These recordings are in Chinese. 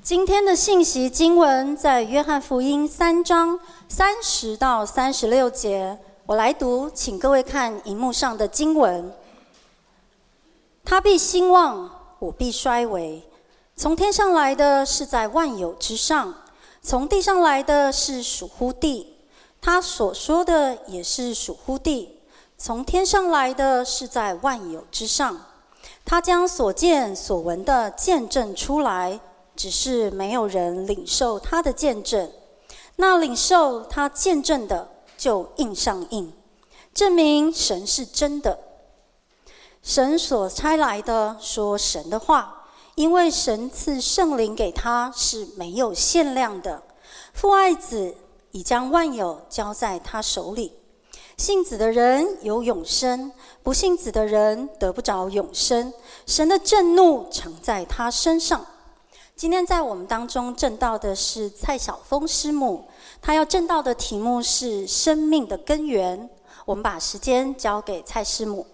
今天的信息经文在约翰福音3章30到36节，我来读，请各位看荧幕上的经文。他必兴旺，我必衰微。从天上来的是在万有之上，从地上来的是属乎地。他所说的也是属乎地，从天上来的是在万有之上。他将所见所闻的见证出来，只是没有人领受他的见证。那领受他见证的，就印上印，证明神是真的。神所差来的说神的话，因为神赐圣灵给他是没有限量的。父爱子，已将万有交在他手里。信子的人有永生，不信子的人得不着永生。神的震怒常在他身上。今天在我们当中证道的是蔡晓峰师母，他要证道的题目是生命的根源。我们把时间交给蔡师母。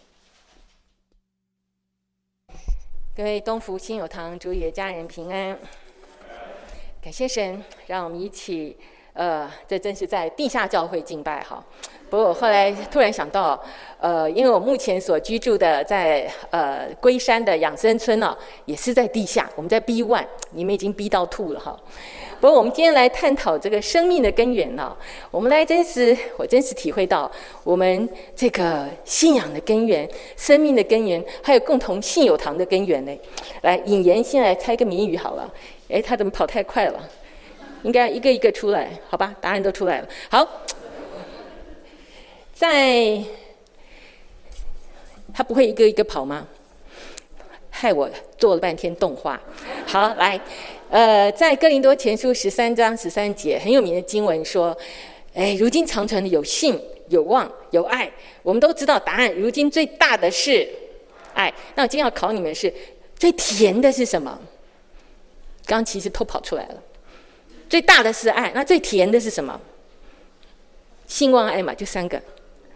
各位东福新友堂主与家人平安，感谢神，让我们一起这真是在地下教会敬拜哈。不过我后来突然想到，因为我目前所居住的在龟山的养生村哦，也是在地下，我们在 B1， 你们已经逼到吐了哈。不过我们今天来探讨这个生命的根源呢，我真实体会到我们这个信仰的根源、生命的根源，还有共同信友堂的根源呢。来，引言先来猜个谜语好了。哎，他怎么跑太快了？应该一个一个出来，好吧？答案都出来了。好，他不会一个一个跑吗？害我做了半天动画。好，来，在哥林多前书13章13节很有名的经文说，如今长存的有信、有望、有爱。我们都知道答案，如今最大的是爱。那我今天要考你们是最甜的是什么？刚其实偷跑出来了。最大的是爱，那最甜的是什么？信望爱嘛，就3个。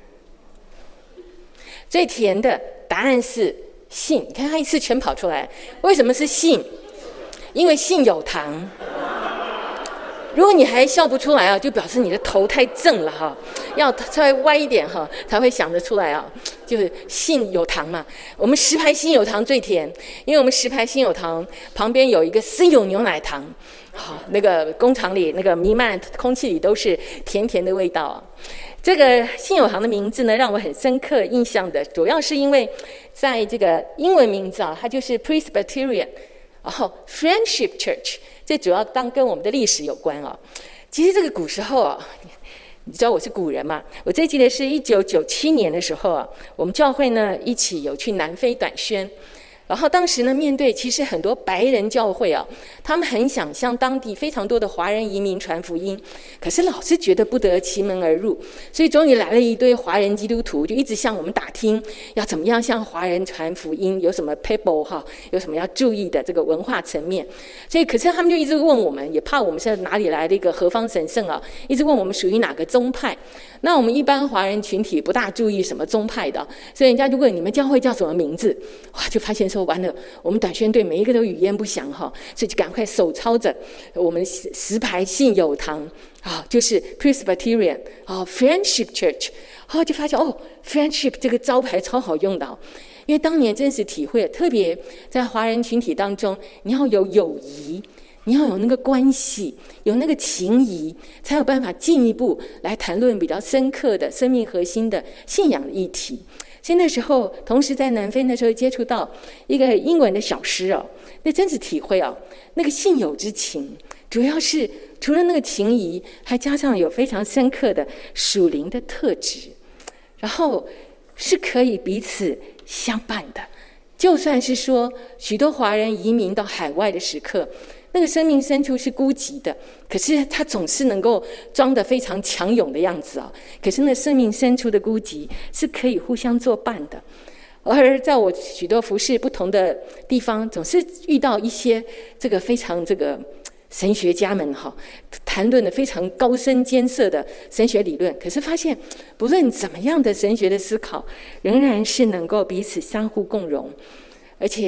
最甜的答案是信，你看他一次全跑出来。为什么是信？因为信有堂。如果你还笑不出来啊，就表示你的头太正了哈，要稍微歪一点哈，才会想得出来啊。就是信有堂嘛，我们石牌信有堂最甜，因为我们石牌信有堂旁边有一个私有牛奶糖。好，那个工厂里那个弥漫空气里都是甜甜的味道啊。这个信友堂的名字呢，让我很深刻印象的，主要是因为在这个英文名字啊，它就是 Presbyterian， 然后 Friendship Church， 这主要跟我们的历史有关啊。其实这个古时候啊，你知道我是古人嘛？我最记得是1997年的时候啊，我们教会呢一起有去南非短宣。然后当时呢，面对其实很多白人教会啊，他们很想向当地非常多的华人移民传福音，可是老是觉得不得其门而入，所以终于来了一堆华人基督徒，就一直向我们打听要怎么样向华人传福音，有什么 paper 哈，有什么要注意的这个文化层面。所以可是他们就一直问我们，也怕我们是哪里来的一个何方神圣啊，一直问我们属于哪个宗派。那我们一般华人群体不大注意什么宗派的，所以人家就问你们教会叫什么名字，哇，就发现说完了，我们短宣队每一个都语焉不详哈，所以就赶快手抄着我们石牌信友堂啊，就是 Presbyterian 啊 Friendship Church， 然后就发现Friendship 这个招牌超好用的哦，因为当年真实体会，特别在华人群体当中，你要有友谊。你要有那个关系，有那个情谊，才有办法进一步来谈论比较深刻的生命核心的信仰的议题。所以那时候，同时在南非那时候接触到一个英文的小诗哦，那真是体会哦，那个信友之情，主要是除了那个情谊，还加上有非常深刻的属灵的特质，然后是可以彼此相伴的。就算是说许多华人移民到海外的时刻，那个生命深处是孤寂的，可是他总是能够装得非常强勇的样子啊。可是那生命深处的孤寂是可以互相作伴的。而在我许多服事不同的地方，总是遇到一些这个非常这个神学家们哈，谈论的非常高深艰涩的神学理论，可是发现不论怎么样的神学的思考，仍然是能够彼此相互共融，而且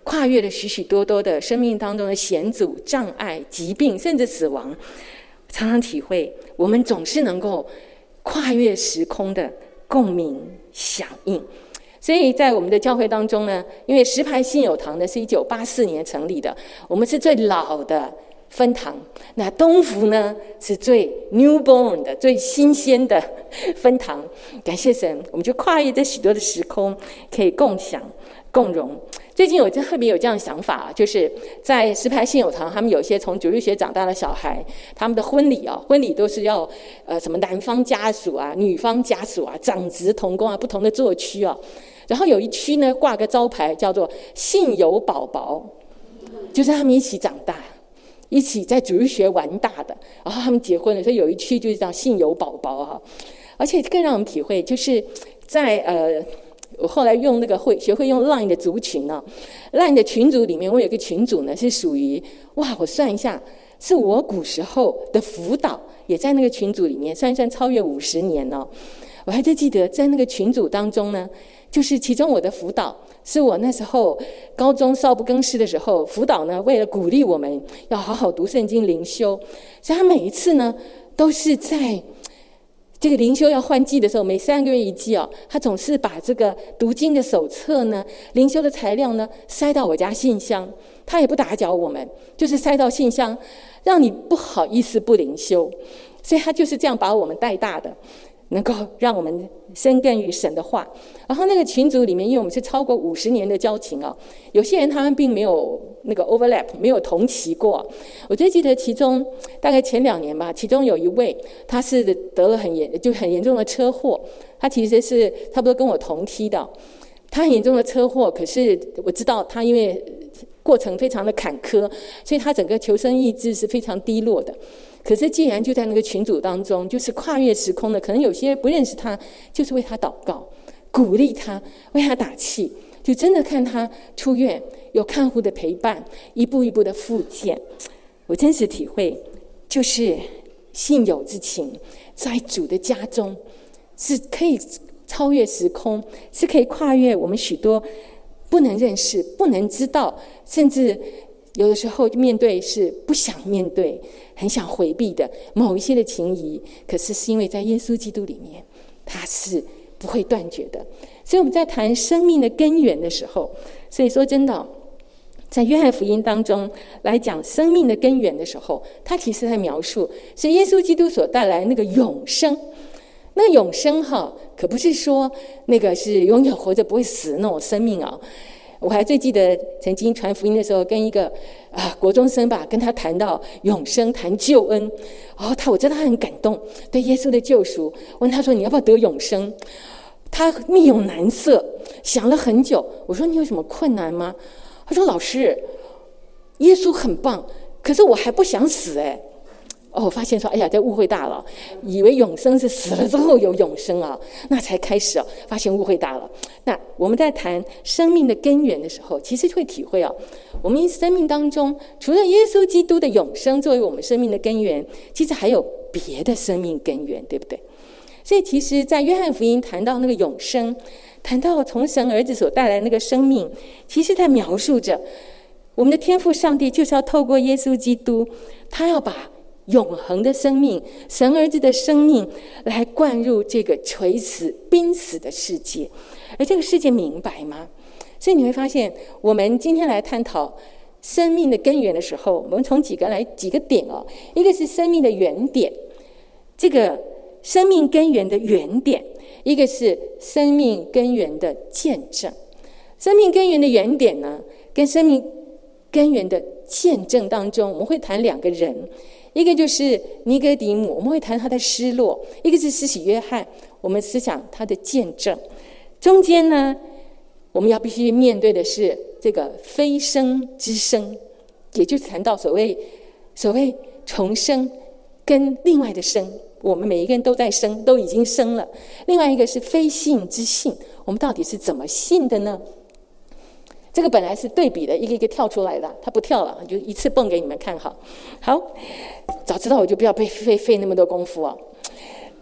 跨越了许许多多的生命当中的险阻、障碍、疾病，甚至死亡。常常体会，我们总是能够跨越时空的共鸣响应。所以在我们的教会当中呢，因为石牌信友堂呢是1984年成立的，我们是最老的分堂，那东福呢是最 newborn 的、最新鲜的分堂。感谢神，我们就跨越这许多的时空，可以共享共荣。最近我特别有这样的想法，就是在石牌信友堂，他们有些从主日学长大的小孩，他们的婚礼都是要什么男方家属啊、女方家属啊、长子同工啊，不同的座区啊。然后有一区呢挂个招牌叫做信友宝宝，就是他们一起长大，一起在主日学玩大的，然后他们结婚了，所以有一区就是叫信友宝宝啊。而且更让我们体会，就是在我后来用那个学会用 LINE 的族群呢，LINE 的群组里面，我有一个群组呢是属于我算一下，是我古时候的辅导也在那个群组里面，算一算超越50年了。我还记得在那个群组当中呢，就是其中我的辅导是我那时候高中少不更事的时候，辅导呢为了鼓励我们要好好读圣经灵修，所以他每一次呢都是在这个灵修要换季的时候，每3个月一季他总是把这个读经的手册呢、灵修的材料呢塞到我家信箱，他也不打搅我们，就是塞到信箱，让你不好意思不灵修，所以他就是这样把我们带大的，能够让我们深耕于神的话。然后那个群组里面，因为我们是超过50年的交情有些人他们并没有那个 overlap， 没有同期过。我最记得其中大概前2年吧，其中有一位他是得了很严重的车祸，他其实是差不多跟我同梯的，他很严重的车祸，可是我知道他因为过程非常的坎坷，所以他整个求生意志是非常低落的。可是既然就在那个群组当中，就是跨越时空的，可能有些不认识他，就是为他祷告，鼓励他，为他打气，就真的看他出院，有看护的陪伴，一步一步的复健。我真实体会，就是信友之情，在主的家中是可以超越时空，是可以跨越我们许多不能认识、不能知道，甚至有的时候面对是不想面对、很想回避的某一些的情谊，可是因为在耶稣基督里面，它是不会断绝的。所以我们在谈生命的根源的时候，所以说真的，在约翰福音当中来讲生命的根源的时候，它其实在描述是耶稣基督所带来那个永生。那永生可不是说那个是永远活着不会死那种生命我还最记得曾经传福音的时候，跟一个国中生吧，跟他谈到永生，谈救恩。我知道他很感动，对耶稣的救赎。问他说：“你要不要得永生？”他面有难色，想了很久。我说：“你有什么困难吗？”他说：“老师，耶稣很棒，可是我还不想死我发现说，哎呀，这误会大了，以为永生是死了之后有永生那才开始发现误会大了。那我们在谈生命的根源的时候，其实会体会我们生命当中除了耶稣基督的永生作为我们生命的根源，其实还有别的生命根源，对不对？所以其实在约翰福音谈到那个永生，谈到从神儿子所带来那个生命，其实在描述着我们的天父上帝就是要透过耶稣基督，他要把永恒的生命，神儿子的生命来灌入这个垂死濒死的世界。而这个世界明白吗？所以你会发现，我们今天来探讨生命的根源的时候，我们从几个点一个是生命的原点，这个生命根源的原点；一个是生命根源的见证。生命根源的原点呢，跟生命根源的见证当中，我们会谈2个人。一个就是尼哥底母，我们会谈他的失落；一个是施洗约翰，我们思想他的见证。中间呢，我们必须面对的是这个非生之生，也就是谈到所谓重生跟另外的生，我们每一个人都在生，都已经生了。另外一个是非信之信，我们到底是怎么信的呢？这个本来是对比的，一个一个跳出来的，它不跳了，就一次蹦给你们看好。早知道我就不要费那么多功夫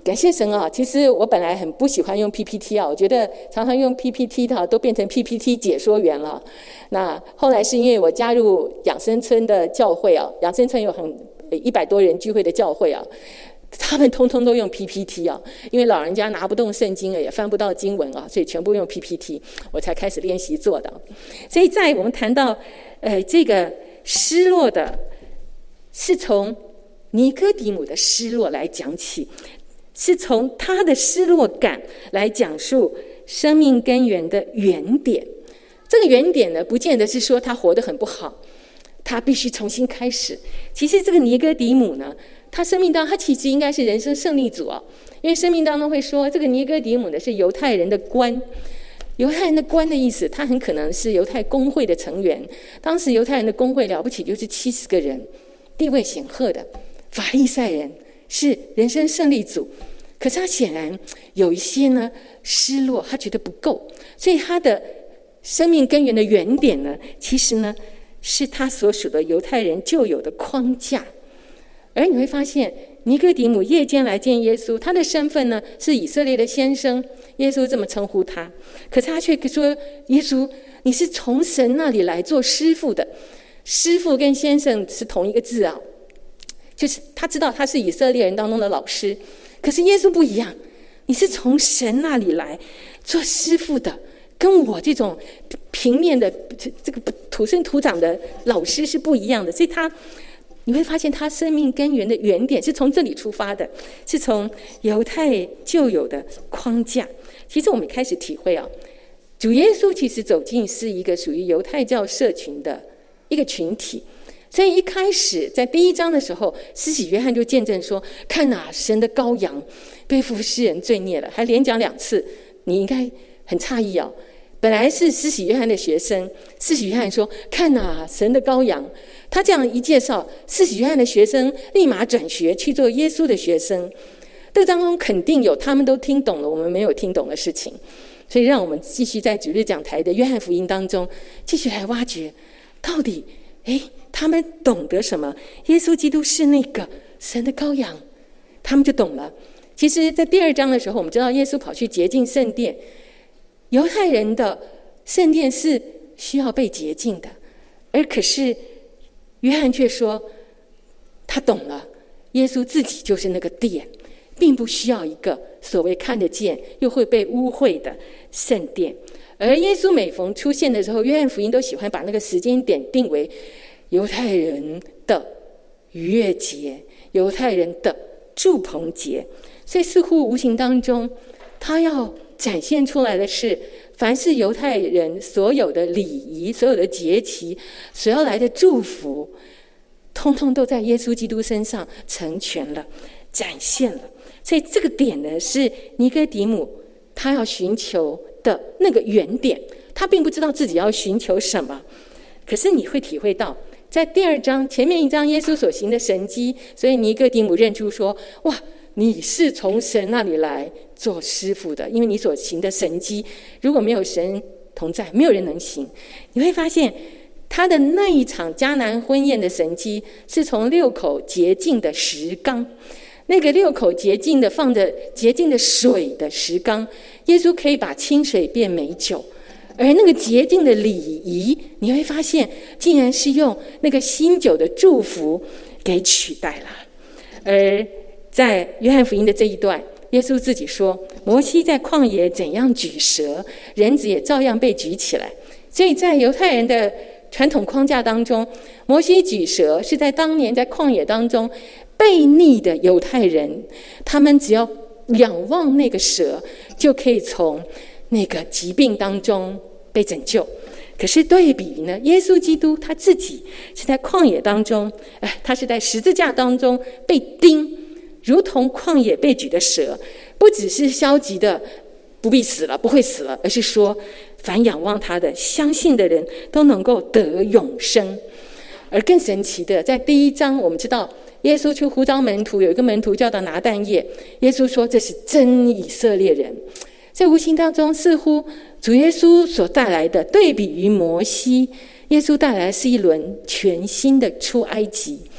感谢神啊！其实我本来很不喜欢用 PPT 啊，我觉得常常用 PPT 的都变成 PPT 解说员了。那后来是因为我加入养生村的教会啊，养生村有100多人聚会的教会啊，他们通通都用 PPT 啊，因为老人家拿不动圣经了，也翻不到经文啊，所以全部用 PPT， 我才开始练习做的。所以在我们谈到这个失落的，是从尼哥底母的失落来讲起，是从他的失落感来讲述生命根源的原点。这个原点呢，不见得是说他活得很不好，他必须重新开始。其实这个尼哥底母呢，他生命当中他其实应该是人生胜利组啊，因为生命当中会说这个尼哥底母呢是犹太人的官。犹太人的官的意思，他很可能是犹太公会的成员。当时犹太人的公会了不起就是70个人，地位显赫的法利赛人，是人生胜利组。可是他显然有一些呢失落，他觉得不够，所以他的生命根源的原点呢，其实呢是他所属的犹太人旧有的框架。而你会发现尼哥底母夜间来见耶稣，他的身份呢是以色列的先生，耶稣这么称呼他。可是他却说，耶稣，你是从神那里来做师傅的。师傅跟先生是同一个字啊，就是他知道他是以色列人当中的老师。可是耶稣不一样，你是从神那里来做师傅的，跟我这种平面的这个土生土长的老师是不一样的。所以你会发现他生命根源的原点是从这里出发的，是从犹太旧有的框架。其实我们开始体会啊，主耶稣其实走进是一个属于犹太教社群的一个群体。所以一开始在第1章的时候，施洗约翰就见证说，看啊，神的羔羊背负世人罪孽了，还连讲2次。你应该很诧异啊，本来是施洗约翰的学生，施洗约翰说看啊，神的羔羊。他这样一介绍，施洗约翰的学生立马转学去做耶稣的学生。这当中肯定有他们都听懂了我们没有听懂的事情，所以让我们继续在主日讲台的约翰福音当中继续来挖掘，到底他们懂得什么？耶稣基督是那个神的羔羊，他们就懂了。其实在第2章的时候，我们知道耶稣跑去洁净圣殿，犹太人的圣殿是需要被洁净的，而可是约翰却说他懂了，耶稣自己就是那个殿，并不需要一个所谓看得见又会被污秽的圣殿。而耶稣每逢出现的时候，约翰福音都喜欢把那个时间点定为犹太人的逾越节，犹太人的住棚节。所以似乎无形当中他要展现出来的是，凡是犹太人所有的礼仪，所有的节期，所要来的祝福，通通都在耶稣基督身上成全了，展现了。所以这个点呢，是尼哥底母他要寻求的那个原点。他并不知道自己要寻求什么，可是你会体会到在第2章前面1章耶稣所行的神迹，所以尼哥底母认出说，哇，你是从神那里来做师傅的，因为你所行的神迹，如果没有神同在，没有人能行。你会发现他的那一场迦南婚宴的神迹，是从6口洁净的石缸，那个6口洁净的放着洁净的水的石缸，耶稣可以把清水变美酒。而那个洁净的礼仪，你会发现竟然是用那个新酒的祝福给取代了。而在约翰福音的这一段，耶稣自己说，摩西在旷野怎样举蛇，人子也照样被举起来。所以在犹太人的传统框架当中，摩西举蛇是在当年在旷野当中悖逆的犹太人，他们只要仰望那个蛇，就可以从那个疾病当中被拯救。可是对比呢，耶稣基督他自己是在旷野当中，他是在十字架当中被钉，如同旷野被举的蛇，不只是消极的不必死了，不会死了，而是说凡仰望他的相信的人都能够得永生。而更神奇的，在第1章我们知道耶稣去呼召门徒，有一个门徒叫到拿但业，耶稣说这是真以色列人。在无形当中，似乎主耶稣所带来的对比于摩西，耶稣带来是一轮全新的出埃及。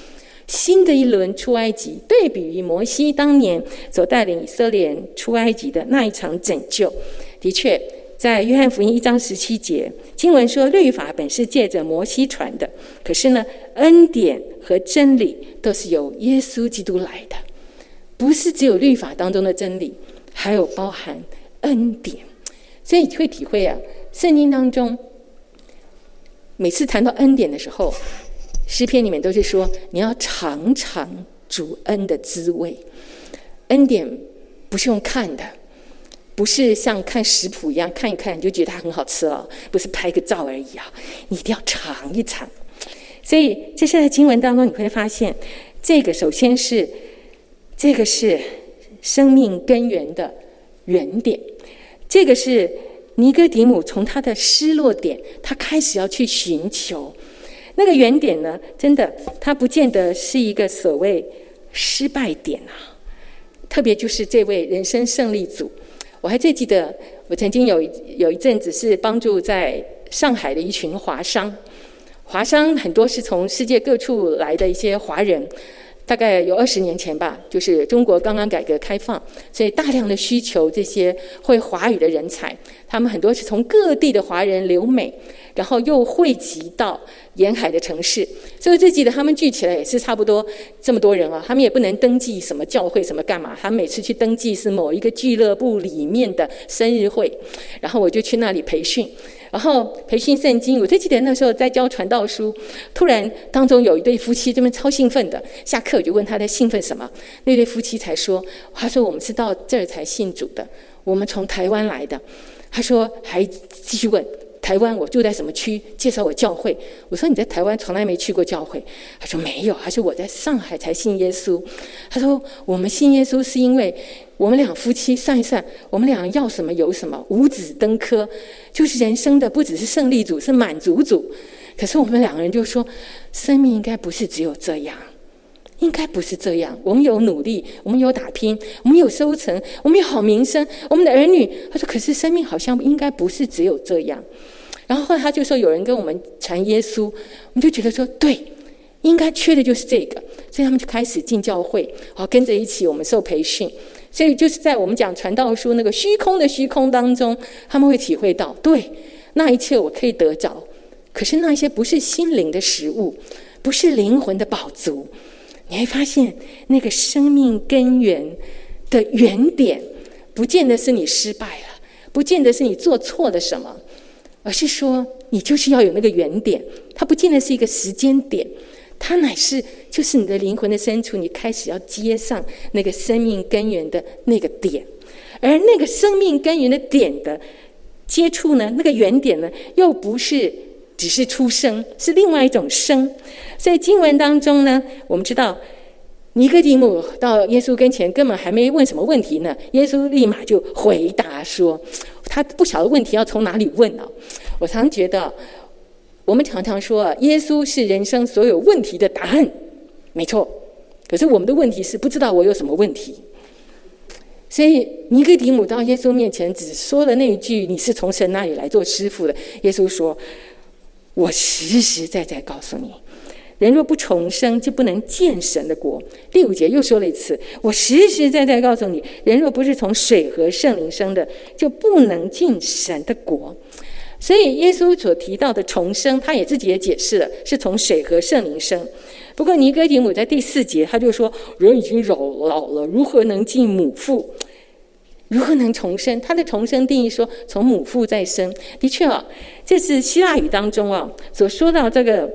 新的一轮出埃及，对比于摩西当年所带领以色列人出埃及的那一场拯救。的确，在约翰福音1章17节，经文说律法本是借着摩西传的，可是呢，恩典和真理都是由耶稣基督来的，不是只有律法当中的真理，还有包含恩典。所以你会体会啊，圣经当中每次谈到恩典的时候，诗篇里面都是说你要尝尝主恩的滋味。恩典不是用看的，不是像看食谱一样看一看你就觉得它很好吃了，不是拍个照而已啊，你一定要尝一尝。所以这是在经文当中你会发现，这个首先是这个是生命根源的原点，这个是尼哥底母从他的失落点，他开始要去寻求那个原点呢。真的，他不见得是一个所谓失败点啊。特别就是这位人生胜利组，我还最记得，我曾经有一阵子是帮助在上海的一群华商很多是从世界各处来的一些华人。大概有20年前吧，就是中国刚刚改革开放，所以大量的需求这些会华语的人才，他们很多是从各地的华人留美，然后又汇集到沿海的城市。所以我最记得他们聚起来也是差不多这么多人啊，他们也不能登记什么教会什么干嘛，他们每次去登记是某一个俱乐部里面的生日会，然后我就去那里培训。然后培训圣经，我最记得那时候在教传道书，突然当中有一对夫妻，这边超兴奋的，下课我就问他在兴奋什么，那对夫妻才说，他说我们是到这儿才信主的，我们从台湾来的。他说还继续问台湾我住在什么区，介绍我教会。我说你在台湾从来没去过教会。他说没有，他说我在上海才信耶稣。他说我们信耶稣是因为我们两夫妻算一算，我们俩要什么有什么，五子登科，就是人生的不只是胜利组，是满足组。可是我们两个人就说，生命应该不是只有这样，应该不是这样。我们有努力，我们有打拼，我们有收成，我们有好名声，我们的儿女。他说可是生命好像应该不是只有这样。然后后来他就说有人跟我们传耶稣，我们就觉得说对，应该缺的就是这个。所以他们就开始进教会，跟着一起我们受培训。所以就是在我们讲传道书那个虚空的虚空当中，他们会体会到，对，那一切我可以得着，可是那一些不是心灵的食物，不是灵魂的饱足。你会发现那个生命根源的原点，不见得是你失败了，不见得是你做错了什么，而是说你就是要有那个原点。它不见得是一个时间点，它乃是就是你的灵魂的深处，你开始要接上那个生命根源的那个点。而那个生命根源的点的接触呢，那个原点呢，又不是只是出生，是另外一种生。所以经文当中呢，我们知道尼哥底母到耶稣跟前根本还没问什么问题呢，耶稣立马就回答说，他不晓得问题要从哪里问啊。我常觉得我们常常说耶稣是人生所有问题的答案，没错，可是我们的问题是不知道我有什么问题。所以尼哥底母到耶稣面前只说了那一句，你是从神那里来做师傅的。耶稣说，我实实在在告诉你，人若不重生，就不能见神的国。第5节又说了一次，我实实在在告诉你，人若不是从水和圣灵生的，就不能进神的国。所以耶稣所提到的重生，他自己也解释了，是从水和圣灵生。不过尼哥底母在第4节他就说，人已经老了，如何能进母腹，如何能重生？他的重生定义说从母腹再生。的确这是希腊语当中所说到这个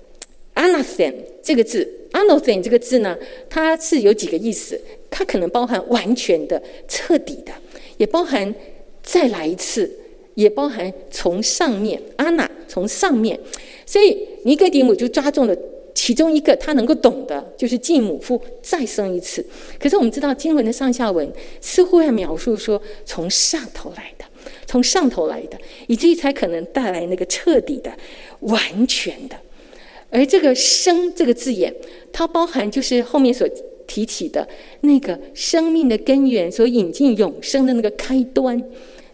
anathen 这个字。 anathen 这个字呢，它是有几个意思，它可能包含完全的、彻底的，也包含再来一次，也包含从上面。anna 从上面，所以尼哥底母就抓中了其中一个他能够懂的，就是进母腹再生一次。可是我们知道经文的上下文似乎要描述说从上头来的，从上头来的，以至于才可能带来那个彻底的、完全的。而这个生这个字眼，它包含就是后面所提起的那个生命的根源所引进永生的那个开端，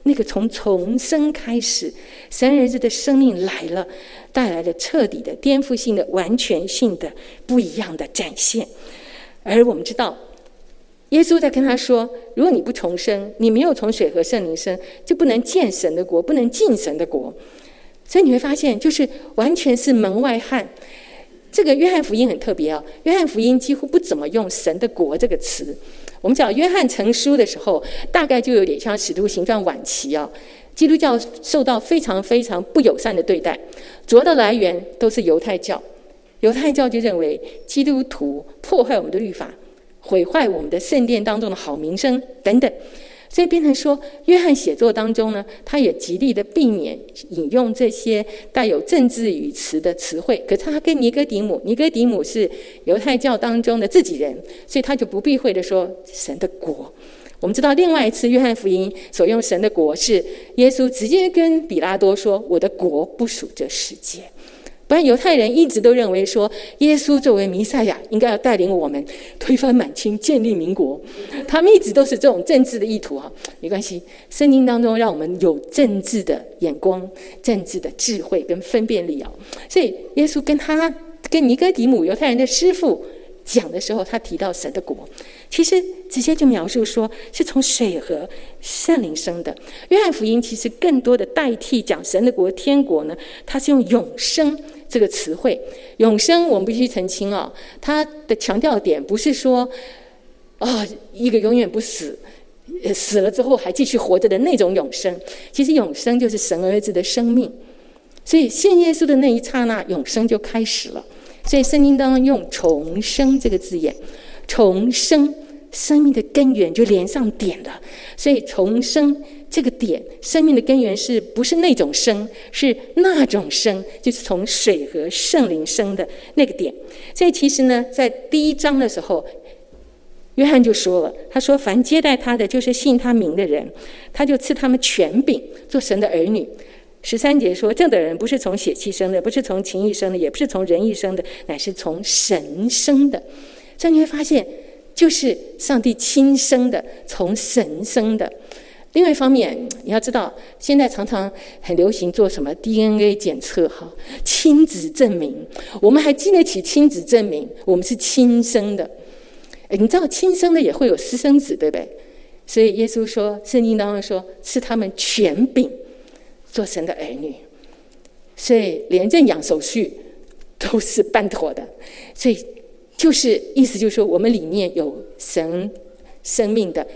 那个从重生开始，神儿子的生命来了，带来了彻底的颠覆性的完全性的不一样的展现。而我们知道耶稣在跟他说，如果你不重生，你没有从水和圣灵生，就不能见神的国，不能进神的国。所以你会发现就是完全是门外汉。这个约翰福音很特别啊，约翰福音几乎不怎么用神的国这个词。我们讲约翰成书的时候，大概就有点像使徒行传晚期啊，基督教受到非常非常不友善的对待，主要的来源都是犹太教。犹太教就认为基督徒破坏我们的律法，毁坏我们的圣殿当中的好名声等等，所以变成说约翰写作当中呢，他也极力的避免引用这些带有政治语词的词汇。可是他跟尼哥底母是犹太教当中的自己人，所以他就不避讳的说神的国。我们知道另外一次约翰福音所用神的国是耶稣直接跟比拉多说，我的国不属这世界。不然犹太人一直都认为说耶稣作为弥赛亚应该要带领我们推翻满清，建立民国，他们一直都是这种政治的意图啊。没关系，圣经当中让我们有政治的眼光、政治的智慧跟分辨力啊。所以耶稣跟尼哥底母犹太人的师父讲的时候，他提到神的国，其实直接就描述说是从水和圣灵生的。约翰福音其实更多的代替讲神的国、天国呢，它是用永生这个词汇。永生我们必须澄清啊，它的强调点不是说一个永远不死，死了之后还继续活着的那种永生。其实永生就是神儿子的生命，所以信耶稣的那一刹那，永生就开始了。所以圣经当中用重生这个字眼，重生生命的根源就连上点了。所以重生这个点，生命的根源是不是那种生，是那种生，就是从水和圣灵生的那个点。所以其实呢，在第1章的时候，约翰就说了，他说凡接待他的，就是信他名的人，他就赐他们权柄做神的儿女。13节说，这样的人不是从血气生的，不是从情欲生的，也不是从人意生的，乃是从神生的。所以你会发现，就是上帝亲生的，从神生的。另外一方面，你要知道现在常常很流行做什么 DNA 检测，亲子证明，我们还经得起亲子证明我们是亲生的。你知道亲生的也会有私生子，对不对？所以耶稣说，圣经当中说是他们权柄做神的儿女，所以连认养手续都是办妥的。所以就是意思就是说，我们里面有神生命的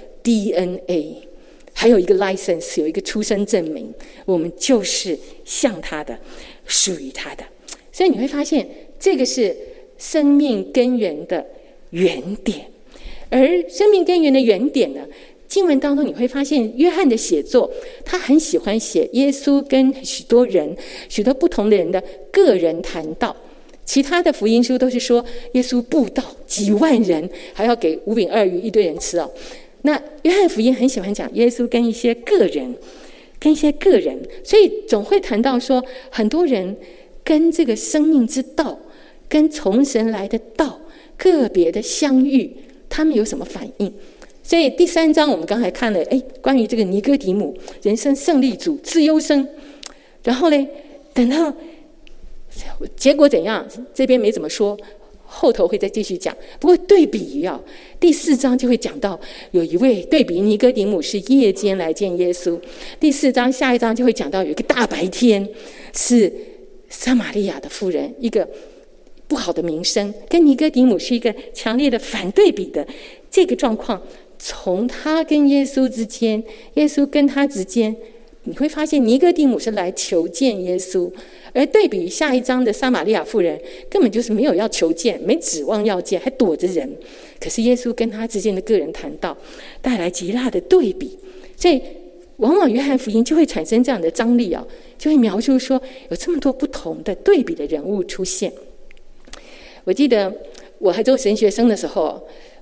DNA， 还有一个 license， 有一个出生证明，我们就是像他的，属于他的。所以你会发现，这个是生命根源的原点。而生命根源的原点呢，经文当中你会发现，约翰的写作他很喜欢写耶稣跟许多人、许多不同的人的个人谈道。其他的福音书都是说耶稣布道几万人，还要给5饼2鱼一堆人吃哦。那约翰福音很喜欢讲耶稣跟一些个人，所以总会谈到说，很多人跟这个生命之道，跟从神来的道个别的相遇，他们有什么反应？所以第3章我们刚才看了，关于这个尼哥底母，人生胜利组，自优生。然后呢，等到结果怎样，这边没怎么说，后头会再继续讲。不过对比第4章就会讲到，有一位对比尼哥底母是夜间来见耶稣。第4章下一章就会讲到有一个大白天，是撒玛利亚的妇人，一个不好的名声，跟尼哥底母是一个强烈的反对比的这个状况。从他跟耶稣之间，耶稣跟他之间，你会发现尼哥底母是来求见耶稣，而对比下一章的撒玛利亚妇人，根本就是没有要求见，没指望要见，还躲着人。可是耶稣跟他之间的个人谈道，带来极大的对比。所以往往约翰福音就会产生这样的张力，就会描述说有这么多不同的对比的人物出现。我记得我还做神学生的时候，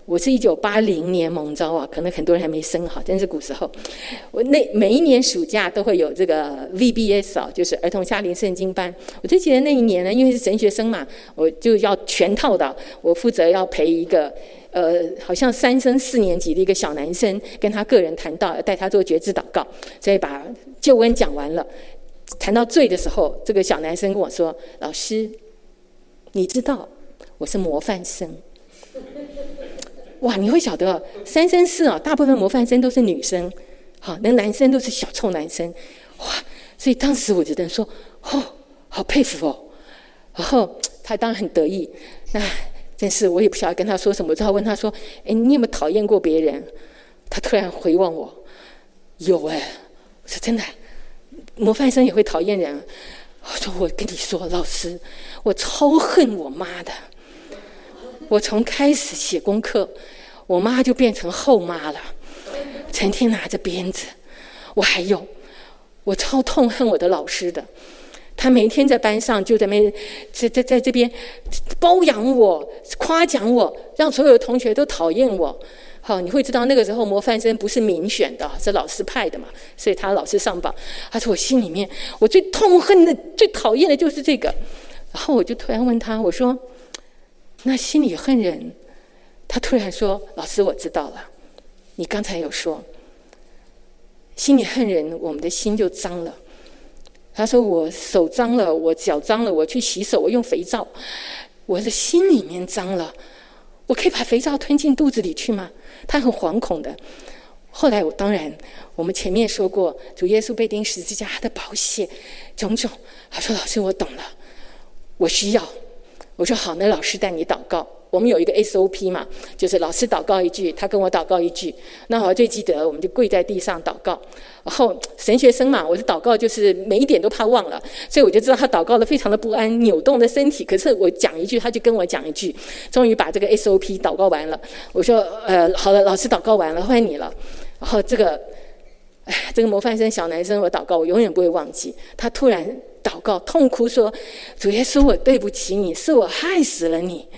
我是1980年蒙召啊，可能很多人还没生哈，真是古时候。我每一年暑假都会有这个 VBS 啊，就是儿童夏令圣经班。我就记得那一年呢，因为是神学生嘛，我就要全套的，我负责要陪一个好像3升4年级的一个小男生，跟他个人谈道，带他做觉知祷告，所以把救恩讲完了。谈到罪的时候，这个小男生跟我说：“老师，你知道我是模范生。”哇，你会晓得3升4啊，大部分模范生都是女生，好，那男生都是小臭男生，哇！所以当时我就在说，好佩服哦。然后他当然很得意，那真是我也不晓得跟他说什么，只好问他说：“哎，你有没有讨厌过别人？”他突然回望我：“有哎。”我说：“真的，模范生也会讨厌人？”我说：“我跟你说，老师，我超恨我妈的。我从开始写功课，我妈就变成后妈了，成天拿着鞭子。我超痛恨我的老师的，他每天在班上就在这边包养我、夸奖我，让所有的同学都讨厌我。好，你会知道那个时候模范生不是民选的，是老师派的嘛，所以他老师上榜。他说我心里面我最痛恨的、最讨厌的就是这个。然后我就突然问他，我说：“那心里恨人？”他突然说：“老师，我知道了。你刚才有说，心里恨人，我们的心就脏了。”他说：“我手脏了，我脚脏了，我去洗手，我用肥皂，我的心里面脏了，我可以把肥皂吞进肚子里去吗？”他很惶恐的。后来我们前面说过，主耶稣被钉十字架，他的宝血种种。他说：“老师，我懂了，我需要。”我说：“好，那老师带你祷告。”我们有一个 SOP 嘛，就是老师祷告一句，他跟我祷告一句。那我最记得，我们就跪在地上祷告。然后神学生嘛，我的祷告就是每一点都怕忘了，所以我就知道他祷告的非常的不安，扭动的身体。可是我讲一句，他就跟我讲一句，终于把这个 SOP 祷告完了。我说：“好了，老师祷告完了，换你了。”然后这个模范生小男生，我祷告我永远不会忘记。他突然祷告，痛哭说：“主耶稣，我对不起你，是我害死了你。”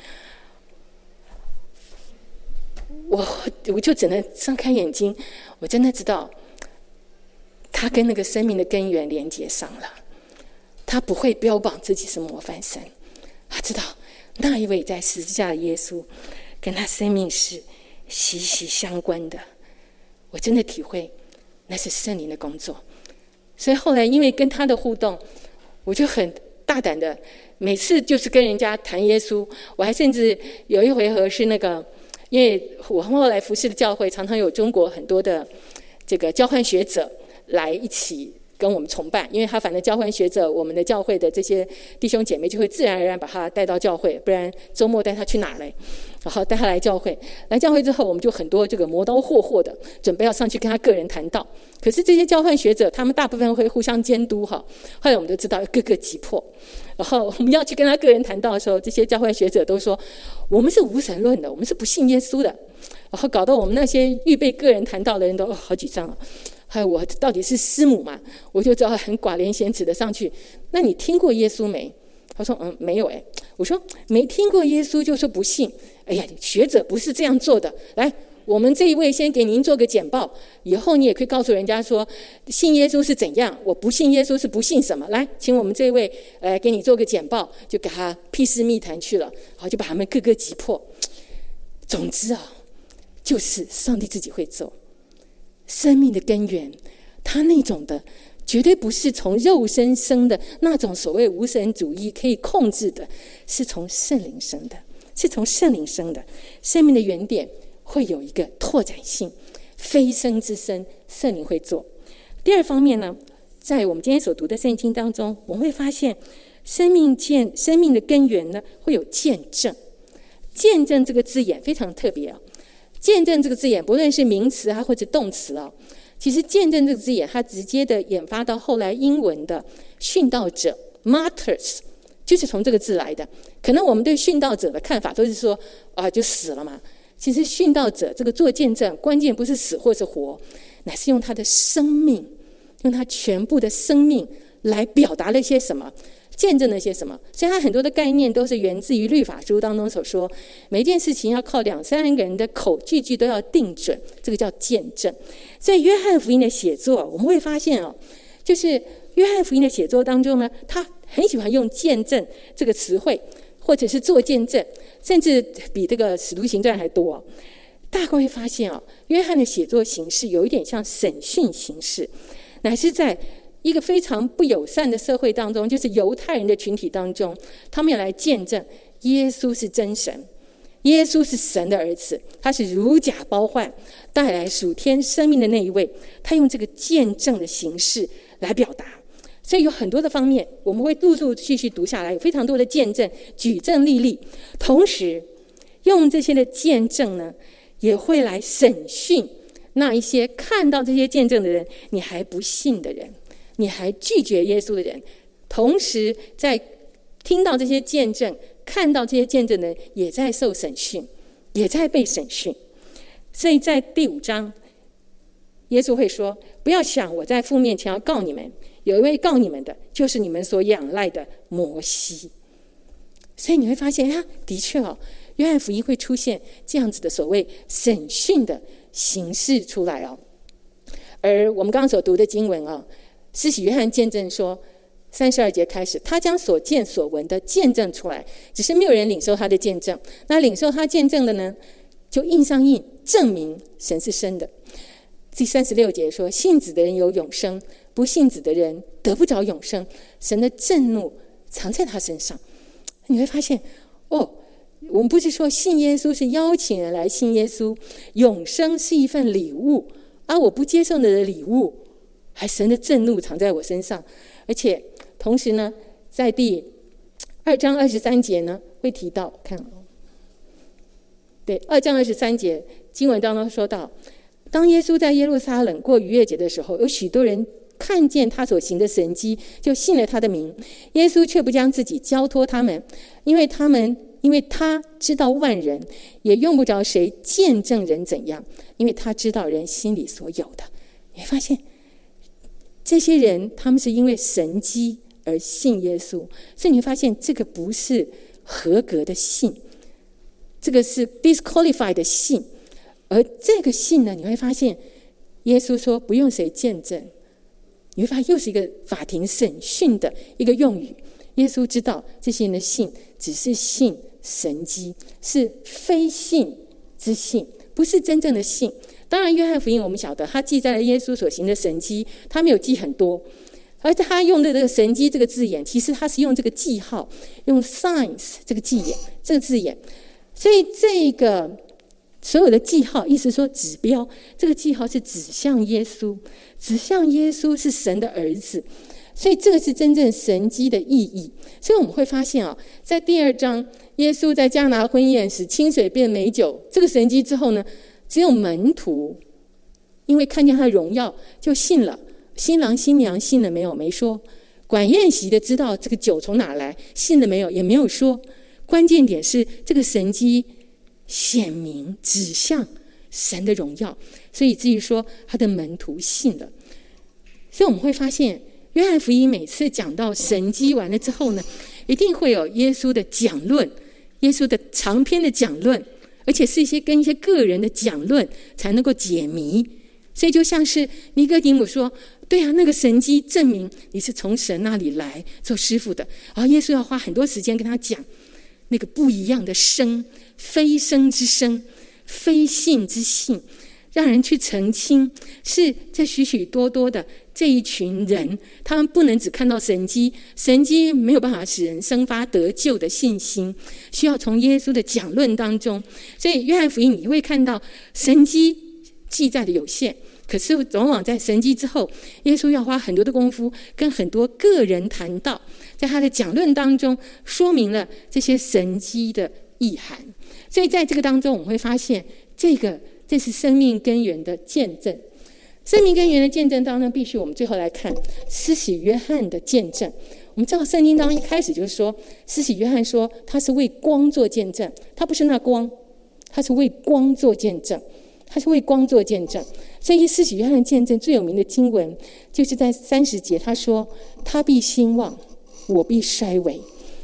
我就只能张开眼睛，我真的知道他跟那个生命的根源连接上了。他不会标榜自己是模范生，他知道那一位在十字架的耶稣跟他生命是息息相关的。我真的体会那是圣灵的工作。所以后来因为跟他的互动，我就很大胆的每次就是跟人家谈耶稣。我还甚至有一回合是那个，因为我后来服侍的教会常常有中国很多的这个交换学者来一起跟我们崇拜，因为他反正交换学者，我们的教会的这些弟兄姐妹就会自然而然把他带到教会，不然周末带他去哪嘞？然后带他来教会，来教会之后，我们就很多这个磨刀霍霍的准备要上去跟他个人谈道。可是这些交换学者，他们大部分会互相监督哈。后来我们都知道各个击破，然后我们要去跟他个人谈道的时候，这些交换学者都说我们是无神论的，我们是不信耶稣的。然后搞得我们那些预备个人谈道的人都好紧张啊。还有我到底是师母嘛？我就知道很寡廉鲜耻的上去。那你听过耶稣没？他说没有哎。我说没听过耶稣就说不信。哎呀，学者不是这样做的。来，我们这一位先给您做个简报，以后你也可以告诉人家说信耶稣是怎样，我不信耶稣是不信什么。来，请我们这一位来给你做个简报，就给他屁事密谈去了。好，就把他们各个击破。总之啊，就是上帝自己会做。生命的根源，他那种的绝对不是从肉身生的那种所谓无神主义可以控制的，是从圣灵生的，是从圣灵生的。生命的原点会有一个拓展性，非生之生，圣灵会做。第二方面呢，在我们今天所读的圣经当中，我们会发现生命的根源呢会有见证。见证这个字眼非常特别啊。见证这个字眼，不论是名词啊或者动词啊，其实见证这个字眼，它直接的演发到后来英文的殉道者 martyrs， 就是从这个字来的。可能我们对殉道者的看法都是说就死了嘛。其实殉道者这个做见证，关键不是死或是活，乃是用他的生命，用他全部的生命来表达了些什么， 见证了些什么？所以他很多的概念都是源自于律法书当中所说，每一件事情要靠2、3个人的口，句句都要定准，这个叫见证。所以约翰福音的写作，我们会发现就是约翰福音的写作当中呢，他很喜欢用见证这个词汇，或者是做见证，甚至比这个使徒行传还多。大家会发现约翰的写作形式有一点像审讯形式，乃是在一个非常不友善的社会当中，就是犹太人的群体当中，他们要来见证耶稣是真神，耶稣是神的儿子，他是如假包换带来属天生命的那一位，他用这个见证的形式来表达。所以有很多的方面我们会陆陆续续读下来，有非常多的见证举证例例，同时用这些的见证呢，也会来审讯那一些看到这些见证的人，你还不信的人，你还拒绝耶稣的人，同时在听到这些见证看到这些见证的人也在受审讯，也在被审讯。所以在第5章耶稣会说，不要想我在父面前要告你们，有一位告你们的就是你们所仰赖的摩西。所以你会发现的确约翰福音会出现这样子的所谓审讯的形式出来而我们刚刚所读的经文施洗约翰见证说32节开始，他将所见所闻的见证出来，只是没有人领受他的见证。那领受他见证的呢，就印上印，证明神是生的。第36节说，信子的人有永生，不信子的人得不着永生，神的震怒藏在他身上。你会发现我们不是说信耶稣是邀请人来信耶稣，永生是一份礼物，而我不接受你的礼物，还神的震怒藏在我身上。而且同时呢，在第2章23节呢会提到，看对，2章23节经文当中说到，当耶稣在耶路撒冷过逾越节的时候，有许多人看见他所行的神迹，就信了他的名。耶稣却不将自己交托他们，因为他知道万人，也用不着谁见证人怎样，因为他知道人心里所有的。你会发现这些人他们是因为神迹而信耶稣，所以你会发现这个不是合格的信，这个是 disqualified 的信。而这个信呢，你会发现耶稣说不用谁见证，你会发现又是一个法庭审讯的一个用语。耶稣知道这些人的信只是信神迹，是非信之信，不是真正的信。当然约翰福音我们晓得他记载了耶稣所行的神迹，他没有记很多，而他用的这个神迹这个字眼，其实他是用这个记号，用 signs 这个字眼。所以这个所有的记号意思说指标，这个记号是指向耶稣，指向耶稣是神的儿子。所以这个是真正神迹的意义。所以我们会发现在第2章耶稣在迦拿婚宴使清水变美酒这个神迹之后呢，只有门徒因为看见他的荣耀就信了，新郎新娘信了没有？没说。管宴席的知道这个酒从哪来，信了没有？也没有说。关键点是这个神迹显明指向神的荣耀，所以至于说他的门徒信了。所以我们会发现约翰福音每次讲到神迹完了之后呢，一定会有耶稣的讲论，耶稣的长篇的讲论，而且是跟一些个人的讲论才能够解谜。所以就像是尼哥底母说，对啊，那个神迹证明你是从神那里来做师傅的。然后耶稣要花很多时间跟他讲那个不一样的生，非生之生，非信之信，让人去澄清，是这许许多多的这一群人，他们不能只看到神迹，神迹没有办法使人生发得救的信心，需要从耶稣的讲论当中。所以约翰福音你会看到神迹记载的有限，可是往往在神迹之后，耶稣要花很多的功夫跟很多个人谈道，在他的讲论当中说明了这些神迹的意涵。所以在这个当中我们会发现这是生命根源的见证。生命根源的见证当中，必须我们最后来看施洗约翰的见证。我们知道圣经当中一开始就是说，施洗约翰说他是为光做见证，他不是那光，他是为光做见证，他是为光做见证。所以施洗约翰见证最有名的经文就是在30节，他说他必兴旺， 我必衰微。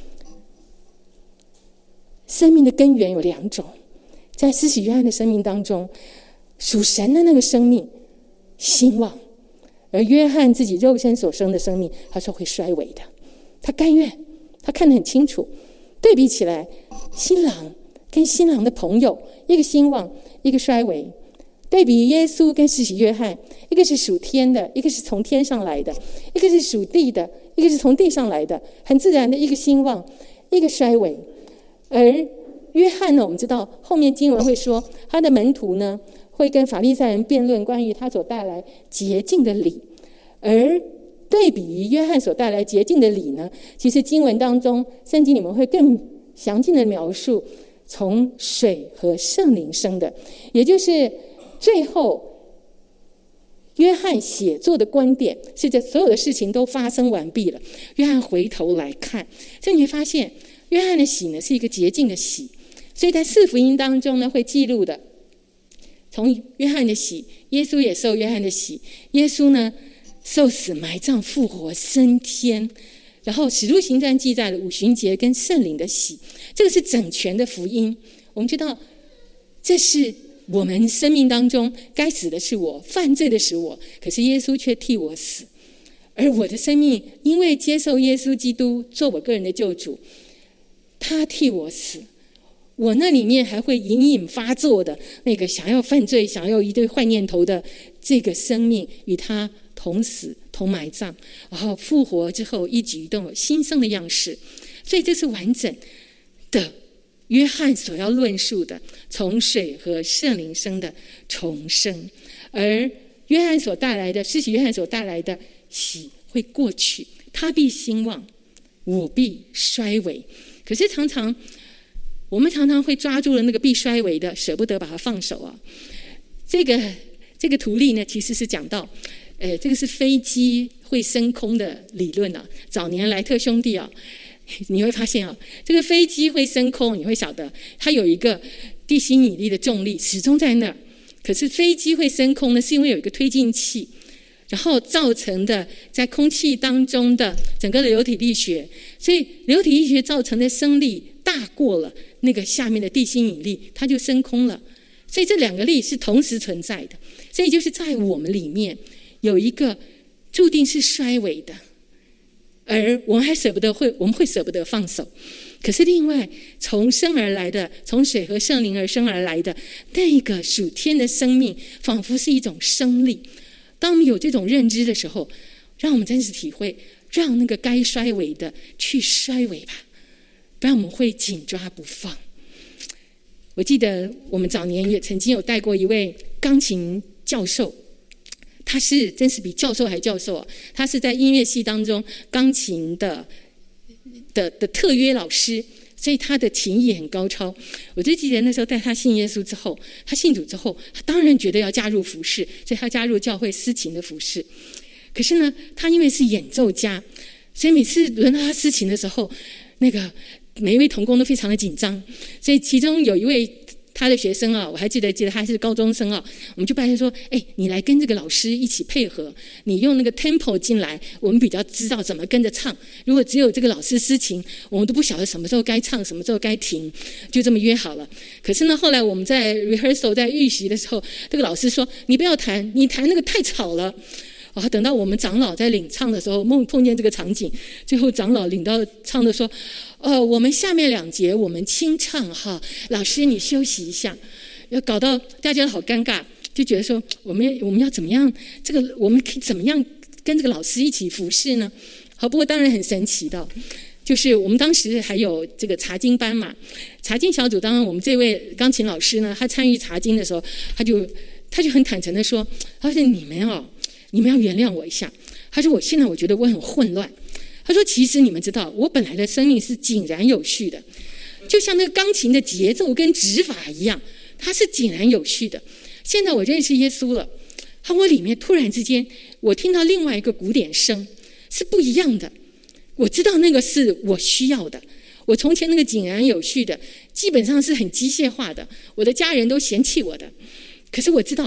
生命的根源有2种，在施洗约翰的生命当中，属神的那个生命兴旺，而约翰自己肉身所生的生命，他说会衰微的。他甘愿，他看得很清楚。对比起来，新郎跟新郎的朋友，一个兴旺，一个衰微。对比耶稣跟施洗约翰，一个是属天的，一个是从天上来的；一个是属地的，一个是从地上来的，很自然的一个兴旺，一个衰微。而约翰呢，我们知道后面经文会说，他的门徒呢会跟法利赛人辩论关于他所带来洁净的礼。而对比于约翰所带来洁净的礼呢，其实经文当中圣经里面会更详尽的描述从水和圣灵生的，也就是最后约翰写作的观点是这所有的事情都发生完毕了，约翰回头来看，所以你会发现约翰的洗呢是一个洁净的洗。所以在4福音当中呢会记录的，从约翰的洗，耶稣也受约翰的洗，耶稣呢受死埋葬复活升天，然后使徒行传记载了五旬节跟圣灵的洗，这个是整全的福音。我们知道这是我们生命当中该死的是我，犯罪的是我，可是耶稣却替我死，而我的生命因为接受耶稣基督做我个人的救主，他替我死，我那里面还会隐隐发作的那个想要犯罪想要一堆坏念头的这个生命与他同死同埋葬，然后复活之后一举一动有新生的样式。所以这是完整的约翰所要论述的从水和圣灵生的重生。而约翰所带来的施洗约翰所带来的洗会过去，他必兴旺，我必衰微。可是我们常常会抓住了那个必衰微的，舍不得把它放手啊。这个图例呢，其实是讲到这个是飞机会升空的理论啊。早年莱特兄弟啊，你会发现啊，这个飞机会升空，你会晓得它有一个地心引力的重力始终在那儿。可是飞机会升空呢，是因为有一个推进器，然后造成的在空气当中的整个的流体力学，所以流体力学造成的升力大过了那个下面的地心引力，它就升空了。所以这2个力是同时存在的，所以就是在我们里面有一个注定是衰微的，而我们会舍不得放手。可是另外从生而来的，从水和圣灵而生而来的那个属天的生命，仿佛是一种生力。当我们有这种认知的时候，让我们真实体会，让那个该衰微的去衰微吧，不然我们会紧抓不放。我记得我们早年也曾经有带过一位钢琴教授，他是真是比教授还教授啊！他是在音乐系当中钢琴的特约老师，所以他的琴艺很高超。我就记得那时候带他信耶稣之后，他信主之后，他当然觉得要加入服事，所以他加入教会司琴的服事。可是呢，他因为是演奏家，所以每次轮到他司琴的时候，那个每一位同工都非常的紧张。所以其中有一位他的学生啊，我还记得他是高中生啊，我们就拜他说，你来跟这个老师一起配合，你用那个 tempo 进来，我们比较知道怎么跟着唱。如果只有这个老师司琴，我们都不晓得什么时候该唱，什么时候该停，就这么约好了。可是呢，后来我们在 rehearsal 在预习的时候，这个老师说，你不要弹，你弹那个太吵了。等到我们长老在领唱的时候，碰见这个场景，最后长老领到唱的说，我们下面2节我们清唱哈，老师你休息一下，要搞到大家好尴尬，就觉得说我们要怎么样，这个我们可以怎么样跟这个老师一起服侍呢？好，不过当然很神奇的，就是我们当时还有这个查经班嘛，查经小组当然我们这位钢琴老师呢，他参与查经的时候，他就很坦诚的说，他说你们要原谅我一下。他说现在我觉得我很混乱。他说其实你们知道，我本来的生命是井然有序的，就像那个钢琴的节奏跟指法一样，它是井然有序的。现在我认识耶稣了，我里面突然之间我听到另外一个鼓点声是不一样的，我知道那个是我需要的。我从前那个井然有序的基本上是很机械化的，我的家人都嫌弃我的。可是我知道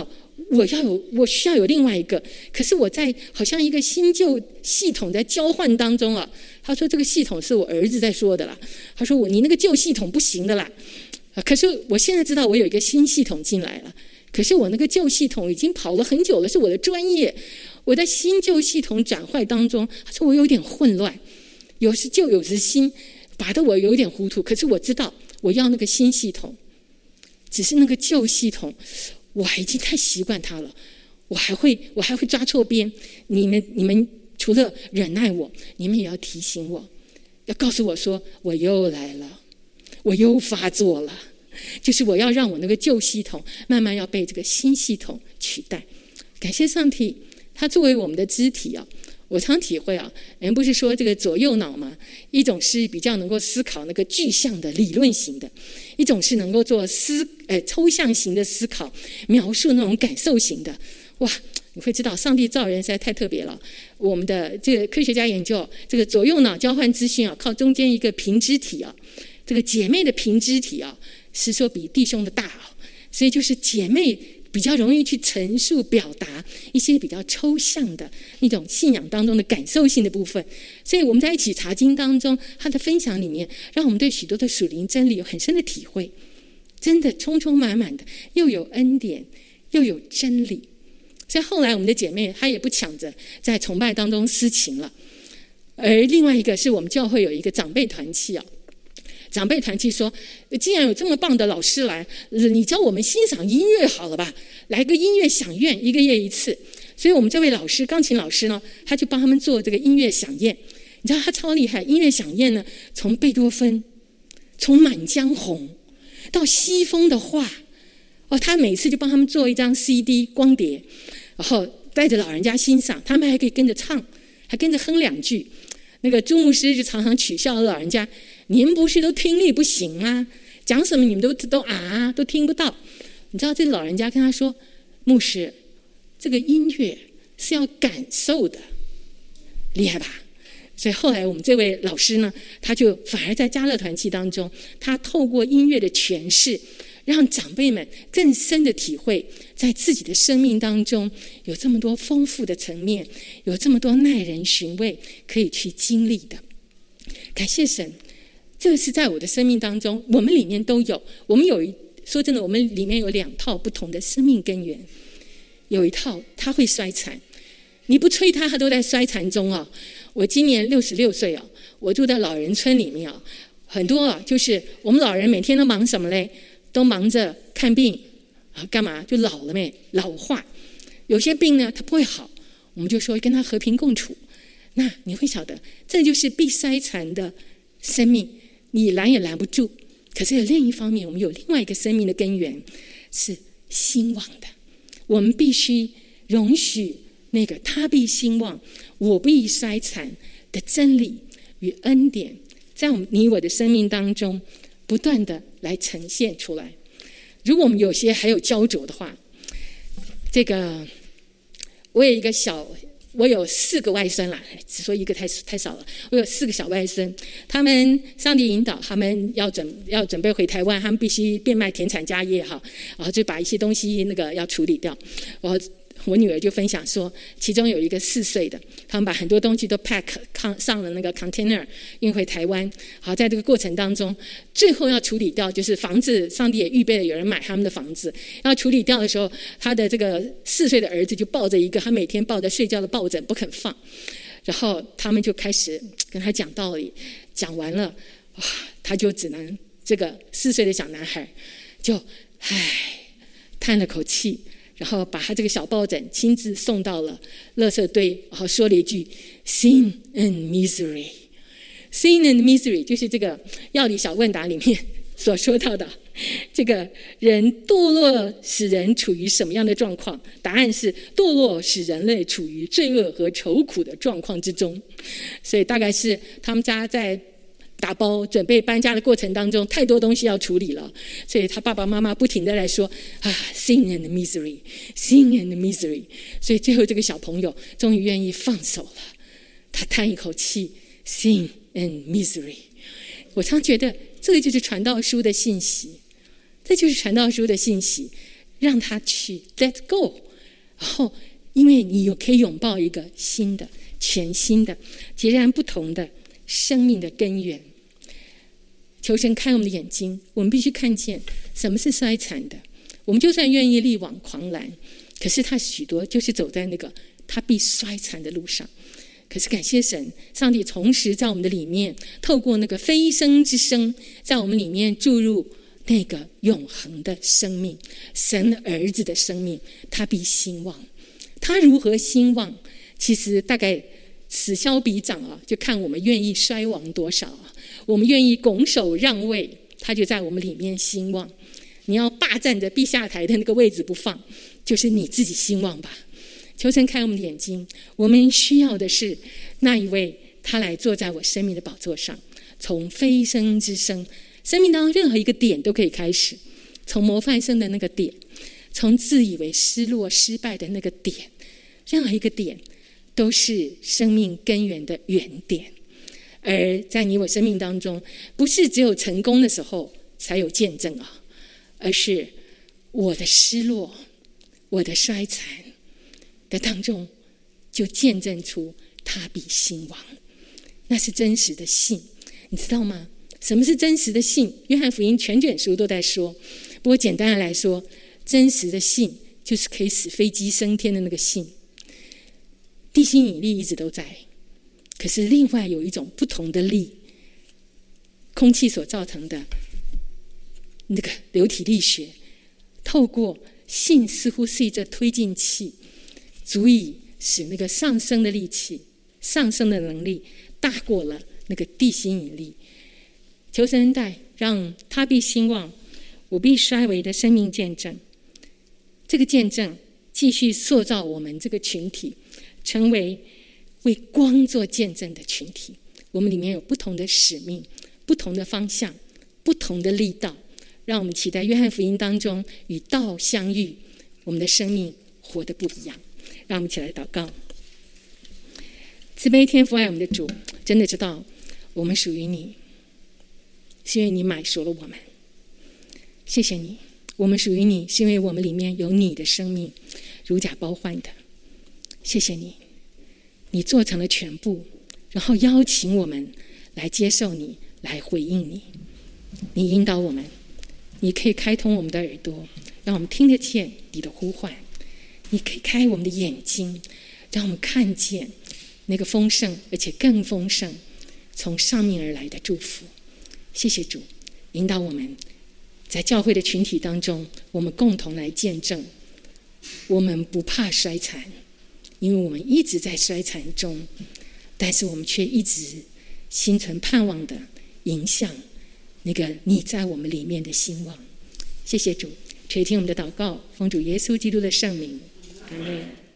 我需要有另外一个，可是我在好像一个新旧系统在交换当中啊。他说这个系统是我儿子在说的啦，他说你那个旧系统不行的啦，可是我现在知道我有一个新系统进来了，可是我那个旧系统已经跑了很久了，是我的专业，我在新旧系统转换当中，他说我有点混乱，有时旧有时新，把得我有点糊涂，可是我知道我要那个新系统，只是那个旧系统我已经太习惯它了，我还会抓错边，你们除了忍耐我，你们也要提醒我，要告诉我说我又来了，我又发作了，就是我要让我那个旧系统慢慢要被这个新系统取代。感谢上帝，他作为我们的肢体啊，我常体会啊，人不是说这个左右脑吗？一种是比较能够思考那个具象的理论型的，一种是能够做抽象型的思考，描述那种感受型的。哇，你会知道上帝造人实在太特别了。我们的这个科学家研究，这个左右脑交换资讯啊，靠中间一个平肢体啊，这个姐妹的平肢体啊，是说比弟兄的大啊，所以就是姐妹比较容易去陈述表达一些比较抽象的一种信仰当中的感受性的部分。所以我们在一起查经当中，他的分享里面，让我们对许多的属灵真理有很深的体会，真的充充满满的，又有恩典，又有真理。所以后来我们的姐妹她也不抢着在崇拜当中私情了。而另外一个是我们教会有一个长辈团契啊，长辈团契说，既然有这么棒的老师来，你教我们欣赏音乐好了吧，来个音乐响宴，1个月1次。所以我们这位老师，钢琴老师呢，他就帮他们做这个音乐响宴。你知道他超厉害，音乐响宴呢，从贝多芬，从满江红到西风的画，他每次就帮他们做一张 CD 光碟，然后带着老人家欣赏，他们还可以跟着唱，还跟着哼2句。那个朱牧师就常常取笑老人家，你们不是都听力不行吗？讲什么你们都听不到。你知道这老人家跟他说，牧师，这个音乐是要感受的，厉害吧？所以后来我们这位老师呢，他就反而在家乐团契当中，他透过音乐的诠释，让长辈们更深的体会，在自己的生命当中有这么多丰富的层面，有这么多耐人寻味可以去经历的。感谢神，这个是在我的生命当中，我们里面都有。我们说真的，我们里面有2套不同的生命根源。有一套它会衰残，你不催它都在衰残中啊。我今年66岁啊，我住在老人村里面啊，很多啊，就是我们老人每天都忙什么嘞？都忙着看病啊，干嘛？就老了没？老化。有些病呢，它不会好，我们就说跟它和平共处。那你会晓得，这就是必衰残的生命，你拦也拦不住。可是有另一方面，我们有另外一个生命的根源是兴旺的，我们必须容许那个他必兴旺，我必衰残的真理与恩典，在你我的生命当中不断的来呈现出来。如果我们有些还有焦灼的话，这个我有4个外甥啦，只说一个太少了。我有4个小外甥，他们上帝引导，他们要准备回台湾，他们必须变卖田产家业哈，然后就把一些东西那个要处理掉。我女儿就分享说，其中有一个4岁的，他们把很多东西都 pack 上了那个 container 运回台湾。好，在这个过程当中，最后要处理掉就是房子，上帝也预备了有人买他们的房子。要处理掉的时候，他的这个4岁的儿子就抱着一个他每天抱着睡觉的抱枕不肯放，然后他们就开始跟他讲道理，讲完了，他就只能这个4岁的小男孩就叹了口气。然后把他这个小抱枕亲自送到了垃圾堆，然后说了一句 Sin and misery。 Sin and misery 就是这个药理小问答里面所说到的，这个人堕落使人处于什么样的状况？答案是堕落使人类处于罪恶和愁苦的状况之中。所以大概是他们家在打包准备搬家的过程当中，太多东西要处理了，所以他爸爸妈妈不停地来说sin and misery sin and misery。 所以最后这个小朋友终于愿意放手了，他叹一口气 sin and misery。 我常觉得这个就是传道书的信息，这就是传道书的信息，让他去 let go， 然后因为你可以拥抱一个新的、全新的、截然不同的生命的根源。求神开我们的眼睛，我们必须看见什么是衰残的。我们就算愿意力挽狂澜，可是他许多就是走在那个他必衰残的路上。可是感谢神，上帝同时在我们的里面，透过那个非生之声，在我们里面注入那个永恒的生命，神儿子的生命，他必兴旺。他如何兴旺，其实大概此消彼长啊，就看我们愿意衰亡多少啊。我们愿意拱手让位，他就在我们里面兴旺。你要霸占着必下台的那个位置不放，就是你自己兴旺吧。求神开我们的眼睛，我们需要的是那一位，他来坐在我生命的宝座上，从非生之生，生命当中任何一个点都可以开始，从模范生的那个点，从自以为失落失败的那个点，任何一个点都是生命根源的原点。而在你我生命当中，不是只有成功的时候才有见证啊，而是我的失落、我的衰残的当中，就见证出他必兴旺。那是真实的信，你知道吗？什么是真实的信？约翰福音全卷书都在说。不过简单的来说，真实的信就是可以使飞机升天的那个信。地心引力一直都在，可是另外有一种不同的力，空气所造成的那个流体力学，透过信似乎是一个推进器，足以使那个上升的力气、上升的能力大过了那个地心引力。求神恩待，让他必兴旺，我必衰微的生命见证。这个见证继续塑造我们这个群体，成为为光做见证的群体。我们里面有不同的使命、不同的方向、不同的力道，让我们期待约翰福音当中与道相遇，我们的生命活得不一样。让我们一起来祷告。慈悲天父爱我们的主，真的知道我们属于你，是因为你买赎了我们。谢谢你，我们属于你，是因为我们里面有你的生命，如假包换的。谢谢你，你做成了全部，然后邀请我们来接受你，来回应你。你引导我们，你可以开通我们的耳朵，让我们听得见你的呼唤。你可以开我们的眼睛，让我们看见那个丰盛而且更丰盛从上面而来的祝福。谢谢主，引导我们在教会的群体当中，我们共同来见证，我们不怕衰残，因为我们一直在衰残中，但是我们却一直心存盼望的迎向那个你在我们里面的兴旺。谢谢主，垂听我们的祷告，奉主耶稣基督的圣名，阿们。